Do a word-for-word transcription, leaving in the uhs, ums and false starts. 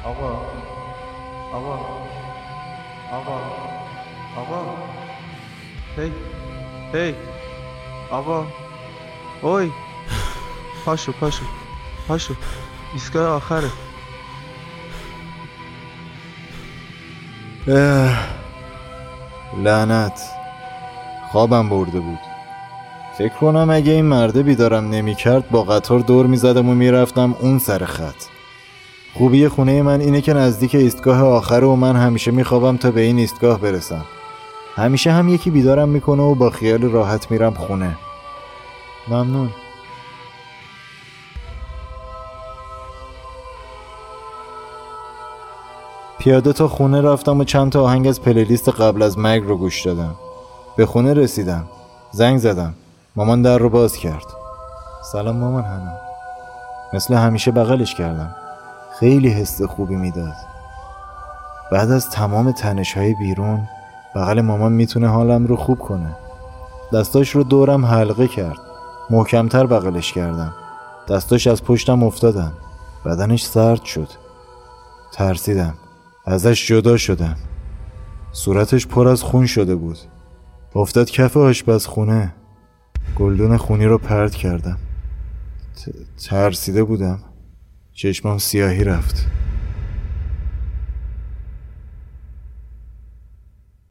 آقا آقا آقا آقا هی هی آقا اوی پاشو پاشو پاشو ایستگاه آخره. لعنت، خوابم برده بود. فکر کنم اگه این مرده بیدارم نمی کرد با قطار دور می زدم و می رفتم اون سر خط. خوبی خونه من اینه که نزدیک ایستگاه آخره و من همیشه می خوابم تا به این ایستگاه برسم. همیشه هم یکی بیدارم میکنه و با خیال راحت میرم خونه. ممنون. پیاده تا خونه رفتم و چند تا آهنگ از پلیلیست قبل از مرگ رو گوش دادم. به خونه رسیدم. زنگ زدم. مامان در رو باز کرد. سلام مامان هنوز. مثل همیشه بغلش کردم. خیلی حس خوبی میداد. بعد از تمام تنش‌های بیرون بغل مامان میتونه حالم رو خوب کنه. دستاش رو دورم حلقه کرد. محکمتر بغلش کردم. دستاش از پشتم افتادن. بدنش سرد شد. ترسیدم. ازش جدا شدم. صورتش پر از خون شده بود. افتاد کف آشپزخونه. گلدون خونی رو پرت کردم. ترسیده بودم. چشمام سیاهی رفت.